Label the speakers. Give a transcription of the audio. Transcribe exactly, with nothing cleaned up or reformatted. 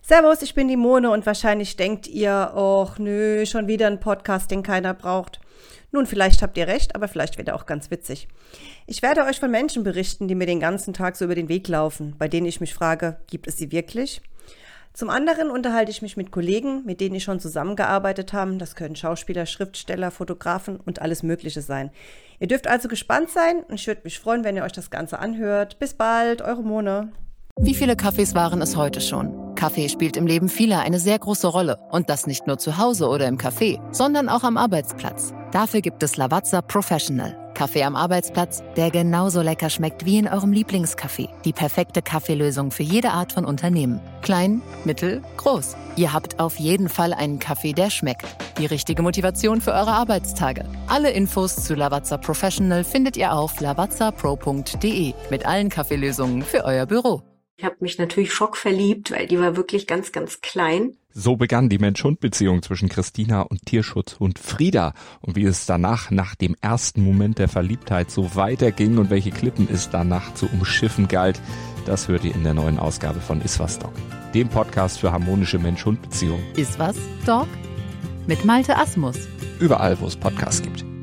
Speaker 1: Servus, ich bin die Mone und wahrscheinlich denkt ihr, ach nö, schon wieder ein Podcast, den keiner braucht. Nun, vielleicht habt ihr recht, aber vielleicht wird er auch ganz witzig. Ich werde euch von Menschen berichten, die mir den ganzen Tag so über den Weg laufen, bei denen ich mich frage, gibt es sie wirklich? Zum anderen unterhalte ich mich mit Kollegen, mit denen ich schon zusammengearbeitet habe. Das können Schauspieler, Schriftsteller, Fotografen und alles Mögliche sein. Ihr dürft also gespannt sein und ich würde mich freuen, wenn ihr euch das Ganze anhört. Bis bald, eure Mone.
Speaker 2: Wie viele Kaffees waren es heute schon? Kaffee spielt im Leben vieler eine sehr große Rolle. Und das nicht nur zu Hause oder im Café, sondern auch am Arbeitsplatz. Dafür gibt es Lavazza Professional. Kaffee am Arbeitsplatz, der genauso lecker schmeckt wie in eurem Lieblingscafé. Die perfekte Kaffeelösung für jede Art von Unternehmen. Klein, mittel, groß. Ihr habt auf jeden Fall einen Kaffee, der schmeckt. Die richtige Motivation für eure Arbeitstage. Alle Infos zu Lavazza Professional findet ihr auf lavazza pro punkt de mit allen Kaffeelösungen für euer Büro.
Speaker 3: Ich habe mich natürlich schockverliebt, weil die war wirklich ganz, ganz klein.
Speaker 4: So begann die Mensch-Hund-Beziehung zwischen Christina und Tierschutzhund Frieda. Und wie es danach, nach dem ersten Moment der Verliebtheit, so weiterging und welche Klippen es danach zu umschiffen galt, das hört ihr in der neuen Ausgabe von Iswas Dog, dem Podcast für harmonische Mensch-Hund-Beziehungen.
Speaker 2: Iswas Dog? Mit Malte Asmus.
Speaker 4: Überall, wo es Podcasts gibt.